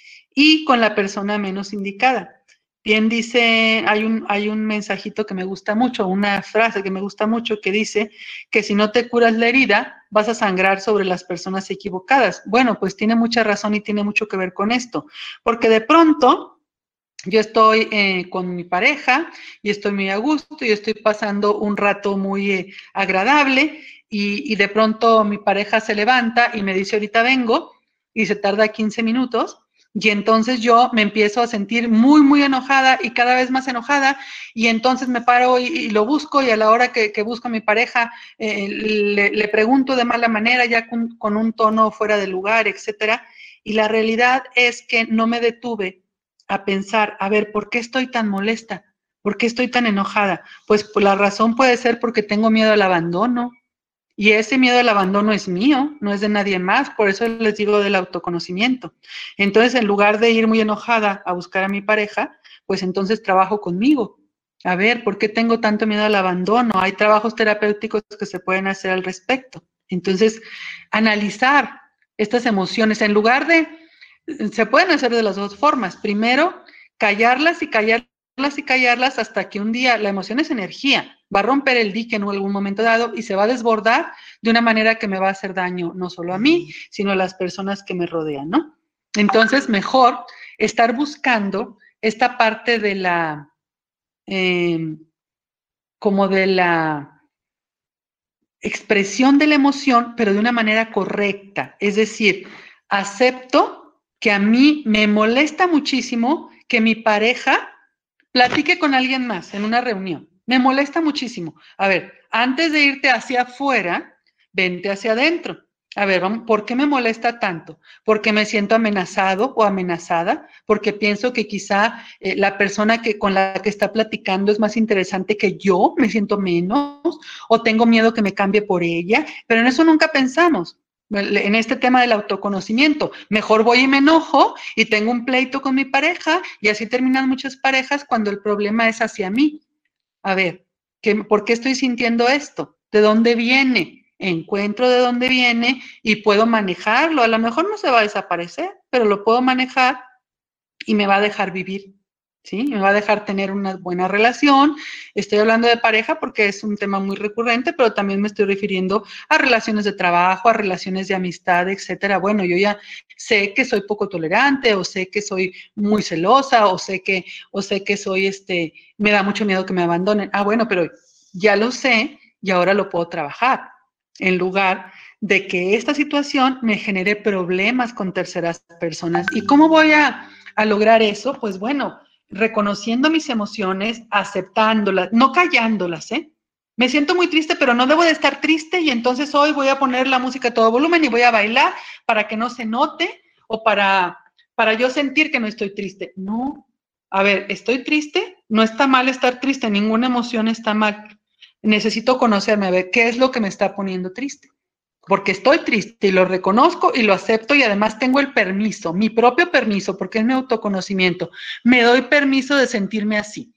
[SPEAKER 7] y con la persona menos indicada. Bien dice, hay un mensajito que me gusta mucho, una frase que me gusta mucho que dice que si no te curas la herida, vas a sangrar sobre las personas equivocadas. Bueno, pues tiene mucha razón y tiene mucho que ver con esto, porque de pronto yo estoy con mi pareja y estoy muy a gusto y estoy pasando un rato muy agradable y de pronto mi pareja se levanta y me dice ahorita vengo y se tarda 15 minutos. Y entonces yo me empiezo a sentir muy, muy enojada y cada vez más enojada y entonces me paro y lo busco y a la hora que busco a mi pareja le pregunto de mala manera, ya con un tono fuera de lugar, etcétera. Y la realidad es que no me detuve a pensar, a ver, ¿por qué estoy tan molesta? ¿Por qué estoy tan enojada? Pues la razón puede ser porque tengo miedo al abandono. Y ese miedo al abandono es mío, no es de nadie más, por eso les digo del autoconocimiento. Entonces, en lugar de ir muy enojada a buscar a mi pareja, pues entonces trabajo conmigo. A ver, ¿por qué tengo tanto miedo al abandono? Hay trabajos terapéuticos que se pueden hacer al respecto. Entonces, analizar estas emociones, en lugar de, se pueden hacer de las dos formas. Primero, callarlas y callarlas hasta que un día, la emoción es energía, va a romper el dique en algún momento dado y se va a desbordar de una manera que me va a hacer daño no solo a mí, sino a las personas que me rodean, ¿no? Entonces, mejor estar buscando esta parte de la, como de la expresión de la emoción, pero de una manera correcta. Es decir, acepto que a mí me molesta muchísimo que mi pareja platique con alguien más en una reunión. Me molesta muchísimo. A ver, antes de irte hacia afuera, vente hacia adentro. A ver, vamos, ¿por qué me molesta tanto? ¿Porque me siento amenazado o amenazada? ¿Porque pienso que quizá la persona con la que está platicando es más interesante que yo? ¿Me siento menos? ¿O tengo miedo que me cambie por ella? Pero en eso nunca pensamos. En este tema del autoconocimiento, mejor voy y me enojo y tengo un pleito con mi pareja y así terminan muchas parejas cuando el problema es hacia mí. A ver, ¿por qué estoy sintiendo esto? ¿De dónde viene? Encuentro de dónde viene y puedo manejarlo. A lo mejor no se va a desaparecer, pero lo puedo manejar y me va a dejar vivir, ¿sí? Me va a dejar tener una buena relación. Estoy hablando de pareja porque es un tema muy recurrente, pero también me estoy refiriendo a relaciones de trabajo, a relaciones de amistad, etcétera. Bueno, yo ya sé que soy poco tolerante, o sé que soy muy celosa, o sé que soy, me da mucho miedo que me abandonen. Ah, bueno, pero ya lo sé y ahora lo puedo trabajar, en lugar de que esta situación me genere problemas con terceras personas. ¿Y cómo voy a lograr eso? Pues bueno, reconociendo mis emociones, aceptándolas, no callándolas, ¿eh? Me siento muy triste, pero no debo de estar triste y entonces hoy voy a poner la música a todo volumen y voy a bailar para que no se note o para yo sentir que no estoy triste. No, a ver, ¿estoy triste? No está mal estar triste, ninguna emoción está mal. Necesito conocerme, a ver, ¿qué es lo que me está poniendo triste? Porque estoy triste y lo reconozco y lo acepto y además tengo el permiso, mi propio permiso, porque es mi autoconocimiento. Me doy permiso de sentirme así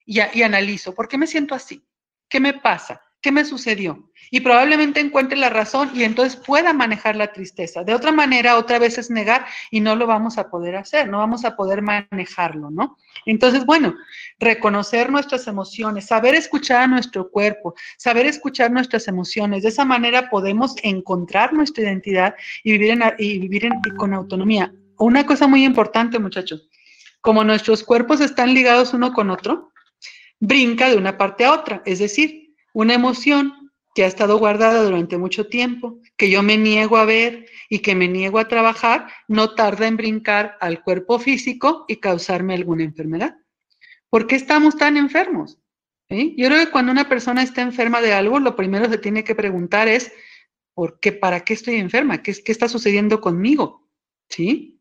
[SPEAKER 7] y analizo, ¿por qué me siento así? ¿Qué me pasa? ¿Qué me sucedió? Y probablemente encuentre la razón y entonces pueda manejar la tristeza. De otra manera, otra vez es negar y no lo vamos a poder hacer, no vamos a poder manejarlo, ¿no? Entonces, bueno, reconocer nuestras emociones, saber escuchar a nuestro cuerpo, saber escuchar nuestras emociones. De esa manera podemos encontrar nuestra identidad y vivir con autonomía. Una cosa muy importante, muchachos, como nuestros cuerpos están ligados uno con otro, brinca de una parte a otra, es decir, una emoción que ha estado guardada durante mucho tiempo, que yo me niego a ver y que me niego a trabajar, no tarda en brincar al cuerpo físico y causarme alguna enfermedad. ¿Por qué estamos tan enfermos? ¿Sí? Yo creo que cuando una persona está enferma de algo, lo primero que se tiene que preguntar es, ¿por qué? ¿Para qué estoy enferma? ¿Qué está sucediendo conmigo? ¿Sí?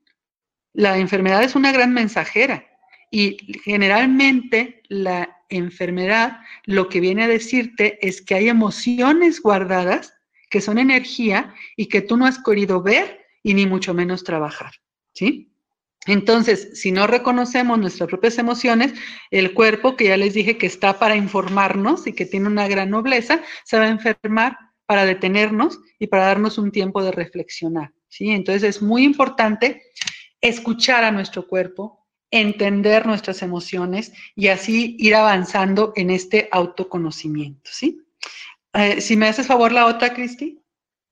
[SPEAKER 7] La enfermedad es una gran mensajera y generalmente la enfermedad lo que viene a decirte es que hay emociones guardadas que son energía y que tú no has querido ver y ni mucho menos trabajar, ¿sí? Entonces, si no reconocemos nuestras propias emociones, el cuerpo, que ya les dije que está para informarnos y que tiene una gran nobleza, se va a enfermar para detenernos y para darnos un tiempo de reflexionar, ¿sí? Entonces, es muy importante escuchar a nuestro cuerpo, entender nuestras emociones y así ir avanzando en este autoconocimiento, ¿sí? Si me haces favor la otra, Cristi.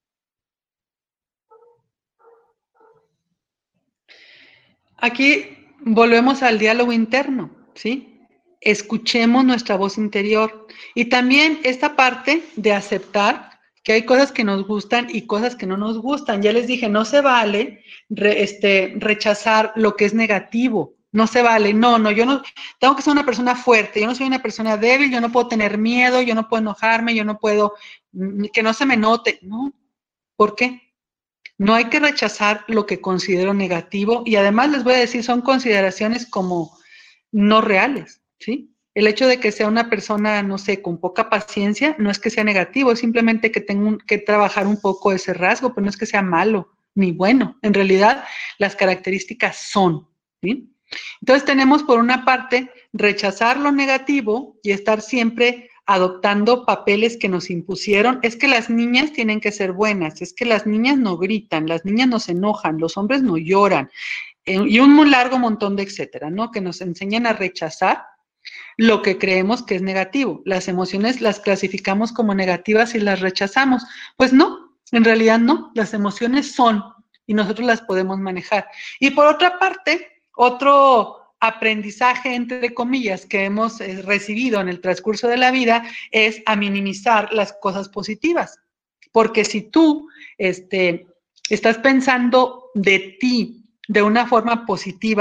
[SPEAKER 7] Aquí volvemos al diálogo interno, ¿sí? Escuchemos nuestra voz interior y también esta parte de aceptar que hay cosas que nos gustan y cosas que no nos gustan. Ya les dije, no se vale rechazar lo que es negativo. No se vale, no, yo no, tengo que ser una persona fuerte, yo no soy una persona débil, yo no puedo tener miedo, yo no puedo enojarme, yo no puedo, que no se me note, ¿no? ¿Por qué? No hay que rechazar lo que considero negativo y además les voy a decir, son consideraciones como no reales, ¿sí? El hecho de que sea una persona, no sé, con poca paciencia, no es que sea negativo, es simplemente que tengo que trabajar un poco ese rasgo, pero no es que sea malo ni bueno. En realidad, las características son, ¿sí? Entonces tenemos por una parte rechazar lo negativo y estar siempre adoptando papeles que nos impusieron. Es que las niñas tienen que ser buenas, es que las niñas no gritan, las niñas no se enojan, los hombres no lloran y un muy largo montón de etcétera, ¿no? Que nos enseñan a rechazar lo que creemos que es negativo. Las emociones las clasificamos como negativas y las rechazamos. Pues no, en realidad no, las emociones son y nosotros las podemos manejar. Y por otra parte, otro aprendizaje, entre comillas, que hemos recibido en el transcurso de la vida es a minimizar las cosas positivas. Porque si tú estás pensando de ti de una forma positiva,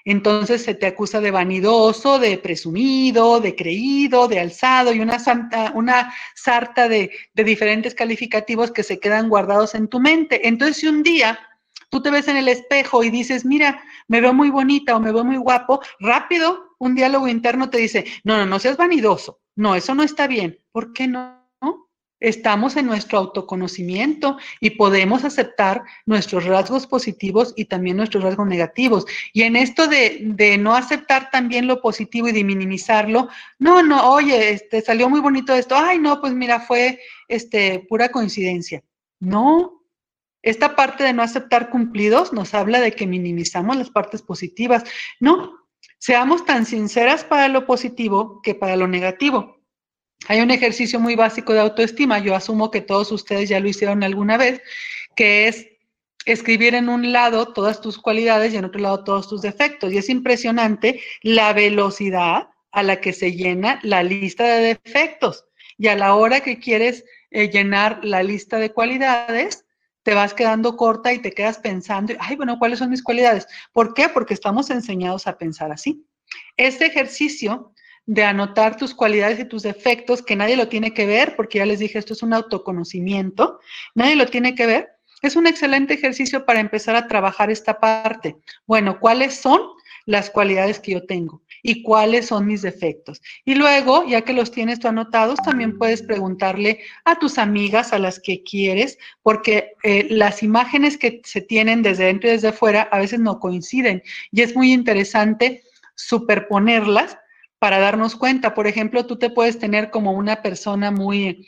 [SPEAKER 7] Entonces se te acusa de vanidoso, de presumido, de creído, de alzado y una sarta de diferentes calificativos que se quedan guardados en tu mente. Entonces, si un día tú te ves en el espejo y dices, mira, me veo muy bonita o me veo muy guapo, rápido un diálogo interno te dice, no seas vanidoso, no, eso no está bien. ¿Por qué no? Estamos en nuestro autoconocimiento y podemos aceptar nuestros rasgos positivos y también nuestros rasgos negativos. Y en esto de no aceptar también lo positivo y de minimizarlo, no, oye, salió muy bonito esto, ay, no, pues mira, fue pura coincidencia. No, esta parte de no aceptar cumplidos nos habla de que minimizamos las partes positivas. No, seamos tan sinceras para lo positivo que para lo negativo. Hay un ejercicio muy básico de autoestima, yo asumo que todos ustedes ya lo hicieron alguna vez, que es escribir en un lado todas tus cualidades y en otro lado todos tus defectos. Y es impresionante la velocidad a la que se llena la lista de defectos. Y a la hora que quieres llenar la lista de cualidades, te vas quedando corta y te quedas pensando, ay, bueno, ¿cuáles son mis cualidades? ¿Por qué? Porque estamos enseñados a pensar así. Este ejercicio de anotar tus cualidades y tus defectos, que nadie lo tiene que ver, porque ya les dije, esto es un autoconocimiento, nadie lo tiene que ver, es un excelente ejercicio para empezar a trabajar esta parte. Bueno, ¿cuáles son las cualidades que yo tengo? ¿Y cuáles son mis defectos? Y luego, ya que los tienes tú anotados, también puedes preguntarle a tus amigas, a las que quieres, porque las imágenes que se tienen desde dentro y desde fuera a veces no coinciden, y es muy interesante superponerlas para darnos cuenta. Por ejemplo, tú te puedes tener como una persona muy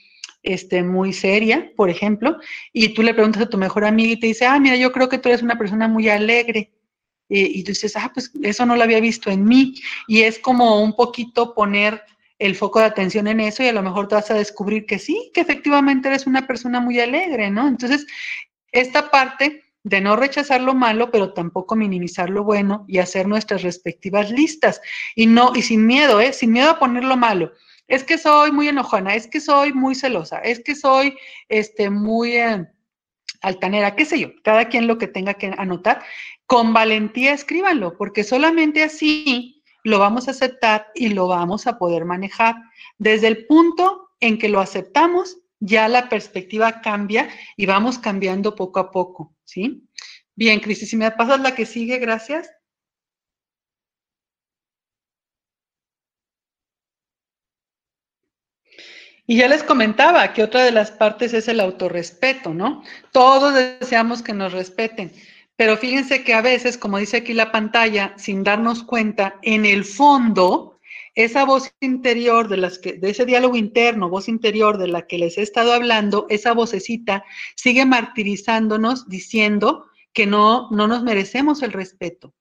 [SPEAKER 7] seria, por ejemplo, y tú le preguntas a tu mejor amiga y te dice, mira, yo creo que tú eres una persona muy alegre. Y tú dices, pues eso no lo había visto en mí. Y es como un poquito poner el foco de atención en eso y a lo mejor te vas a descubrir que sí, que efectivamente eres una persona muy alegre, ¿no? Entonces, esta parte de no rechazar lo malo, pero tampoco minimizar lo bueno y hacer nuestras respectivas listas. Y sin miedo, sin miedo a poner lo malo. Es que soy muy enojona, es que soy muy celosa, es que soy muy altanera, qué sé yo, cada quien lo que tenga que anotar. Con valentía escríbanlo, porque solamente así lo vamos a aceptar y lo vamos a poder manejar. Desde el punto en que lo aceptamos, ya la perspectiva cambia y vamos cambiando poco a poco, ¿sí? Bien, Cristi, si me pasas la que sigue, gracias. Y ya les comentaba que otra de las partes es el autorrespeto, ¿no? Todos deseamos que nos respeten, pero fíjense que a veces, como dice aquí la pantalla, sin darnos cuenta, en el fondo, esa voz interior de ese diálogo interno, voz interior de la que les he estado hablando, esa vocecita sigue martirizándonos diciendo que no nos merecemos el respeto.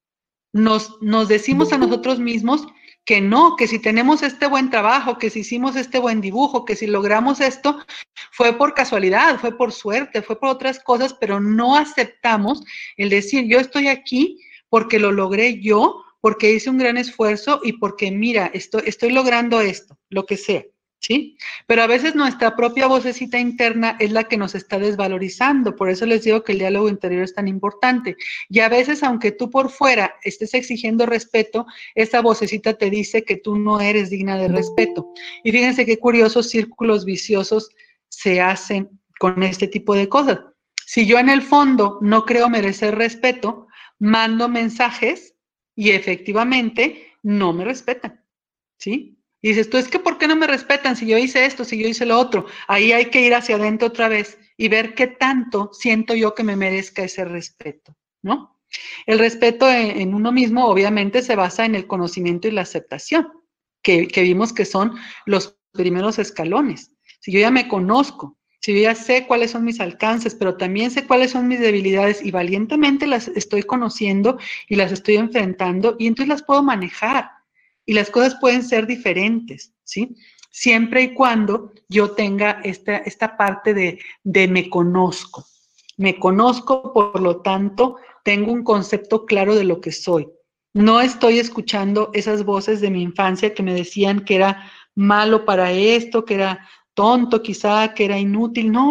[SPEAKER 7] Nos decimos a nosotros mismos que no, que si tenemos este buen trabajo, que si hicimos este buen dibujo, que si logramos esto, fue por casualidad, fue por suerte, fue por otras cosas, pero no aceptamos el decir, yo estoy aquí porque lo logré yo, porque hice un gran esfuerzo y porque, mira, estoy logrando esto, lo que sea, ¿sí? Pero a veces nuestra propia vocecita interna es la que nos está desvalorizando, por eso les digo que el diálogo interior es tan importante. Y a veces, aunque tú por fuera estés exigiendo respeto, esa vocecita te dice que tú no eres digna de respeto. Y fíjense qué curiosos círculos viciosos se hacen con este tipo de cosas. Si yo en el fondo no creo merecer respeto, mando mensajes y efectivamente no me respetan, ¿sí? Y dices, tú, es que ¿por qué no me respetan si yo hice esto, si yo hice lo otro? Ahí hay que ir hacia adentro otra vez y ver qué tanto siento yo que me merezca ese respeto, ¿no? El respeto en uno mismo obviamente se basa en el conocimiento y la aceptación, que vimos que son los primeros escalones. Si yo ya me conozco, si yo ya sé cuáles son mis alcances, pero también sé cuáles son mis debilidades y valientemente las estoy conociendo y las estoy enfrentando y entonces las puedo manejar. Y las cosas pueden ser diferentes, ¿sí? Siempre y cuando yo tenga esta parte de me conozco. Me conozco, por lo tanto, tengo un concepto claro de lo que soy. No estoy escuchando esas voces de mi infancia que me decían que era malo para esto, que era tonto quizá, que era inútil. No.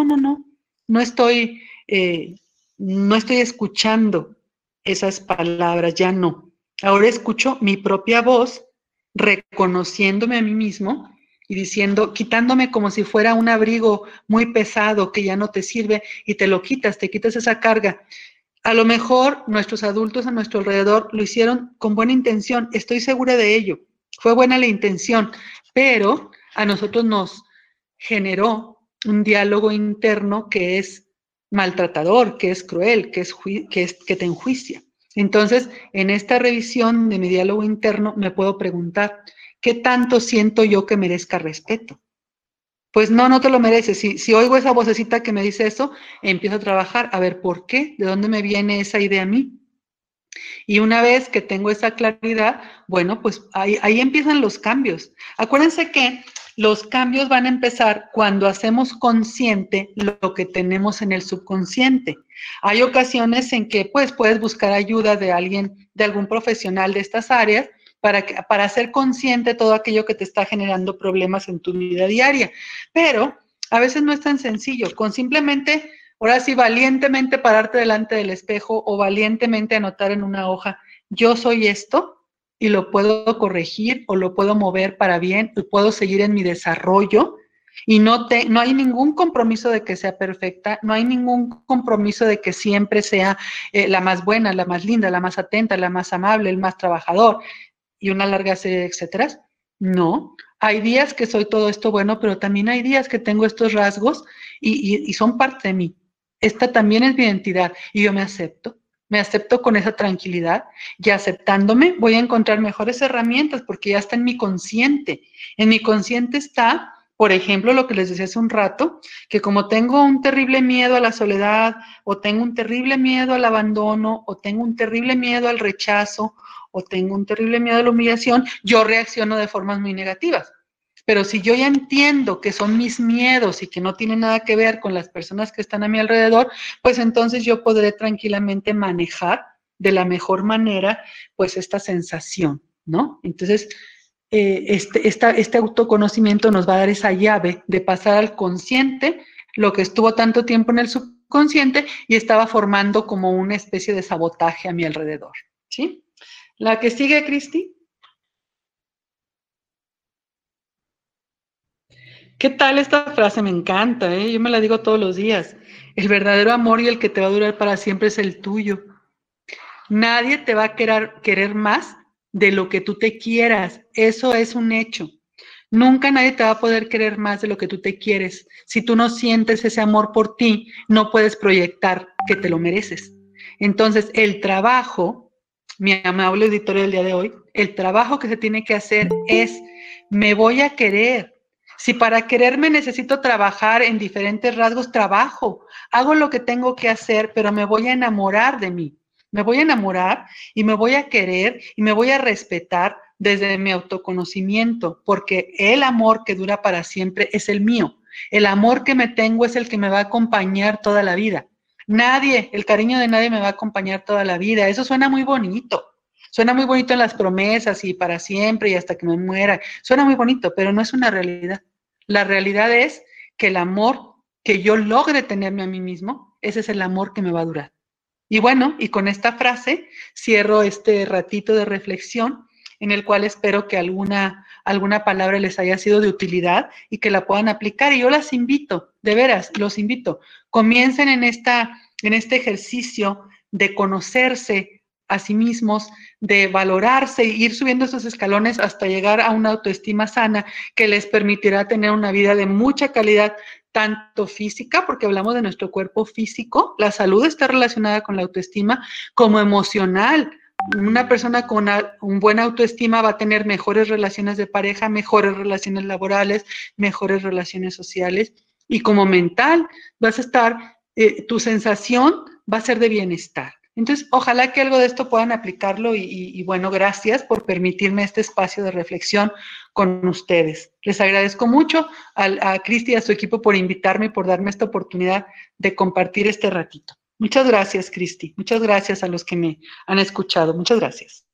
[SPEAKER 7] No estoy escuchando esas palabras, ya no. Ahora escucho mi propia voz reconociéndome a mí mismo y diciendo, quitándome como si fuera un abrigo muy pesado que ya no te sirve y te lo quitas, te quitas esa carga. A lo mejor nuestros adultos a nuestro alrededor lo hicieron con buena intención, estoy segura de ello, fue buena la intención, pero a nosotros nos generó un diálogo interno que es maltratador, que es cruel, que te enjuicia. Entonces, en esta revisión de mi diálogo interno me puedo preguntar, ¿qué tanto siento yo que merezca respeto? Pues no te lo mereces. Si oigo esa vocecita que me dice eso, empiezo a trabajar, a ver por qué, de dónde me viene esa idea a mí. Y una vez que tengo esa claridad, bueno, pues ahí empiezan los cambios. Acuérdense que los cambios van a empezar cuando hacemos consciente lo que tenemos en el subconsciente. Hay ocasiones en que pues puedes buscar ayuda de alguien, de algún profesional de estas áreas, para hacer consciente todo aquello que te está generando problemas en tu vida diaria. Pero a veces no es tan sencillo, con simplemente, ahora sí, valientemente pararte delante del espejo o valientemente anotar en una hoja, yo soy esto y lo puedo corregir o lo puedo mover para bien y puedo seguir en mi desarrollo. Y no hay ningún compromiso de que sea perfecta, no hay ningún compromiso de que siempre sea la más buena, la más linda, la más atenta, la más amable, el más trabajador y una larga serie de etcéteras. No, hay días que soy todo esto bueno, pero también hay días que tengo estos rasgos y son parte de mí. Esta también es mi identidad y yo me acepto con esa tranquilidad y aceptándome voy a encontrar mejores herramientas porque ya está en mi consciente. En mi consciente está, por ejemplo, lo que les decía hace un rato, que como tengo un terrible miedo a la soledad o tengo un terrible miedo al abandono o tengo un terrible miedo al rechazo o tengo un terrible miedo a la humillación, yo reacciono de formas muy negativas. Pero si yo ya entiendo que son mis miedos y que no tienen nada que ver con las personas que están a mi alrededor, pues entonces yo podré tranquilamente manejar de la mejor manera pues esta sensación, ¿no? Entonces, este autoconocimiento nos va a dar esa llave de pasar al consciente, lo que estuvo tanto tiempo en el subconsciente y estaba formando como una especie de sabotaje a mi alrededor, ¿sí? La que sigue, Cristi. ¿Qué tal esta frase? Me encanta, ¿eh? Yo me la digo todos los días. El verdadero amor y el que te va a durar para siempre es el tuyo. Nadie te va a querer más de lo que tú te quieras. Eso es un hecho. Nunca nadie te va a poder querer más de lo que tú te quieres. Si tú no sientes ese amor por ti, no puedes proyectar que te lo mereces. Entonces, el trabajo, mi amable auditorio del día de hoy, el trabajo que se tiene que hacer es, me voy a querer. Si para quererme necesito trabajar en diferentes rasgos, trabajo, hago lo que tengo que hacer, pero me voy a enamorar de mí. Me voy a enamorar y me voy a querer y me voy a respetar desde mi autoconocimiento, porque el amor que dura para siempre es el mío. El amor que me tengo es el que me va a acompañar toda la vida. Nadie, el cariño de nadie me va a acompañar toda la vida. Eso suena muy bonito. Suena muy bonito en las promesas y para siempre y hasta que me muera. Suena muy bonito, pero no es una realidad. La realidad es que el amor que yo logre tenerme a mí mismo, ese es el amor que me va a durar. Y bueno, y con esta frase cierro este ratito de reflexión en el cual espero que alguna palabra les haya sido de utilidad y que la puedan aplicar. Y yo las invito, de veras, los invito. Comiencen en este ejercicio de conocerse a sí mismos, de valorarse e ir subiendo esos escalones hasta llegar a una autoestima sana que les permitirá tener una vida de mucha calidad, tanto física, porque hablamos de nuestro cuerpo físico, la salud está relacionada con la autoestima, como emocional. Una persona con un buena autoestima va a tener mejores relaciones de pareja, mejores relaciones laborales, mejores relaciones sociales, y como mental vas a estar, tu sensación va a ser de bienestar. Entonces, ojalá que algo de esto puedan aplicarlo y bueno, gracias por permitirme este espacio de reflexión con ustedes. Les agradezco mucho a Cristi y a su equipo por invitarme y por darme esta oportunidad de compartir este ratito. Muchas gracias, Cristi. Muchas gracias a los que me han escuchado. Muchas gracias.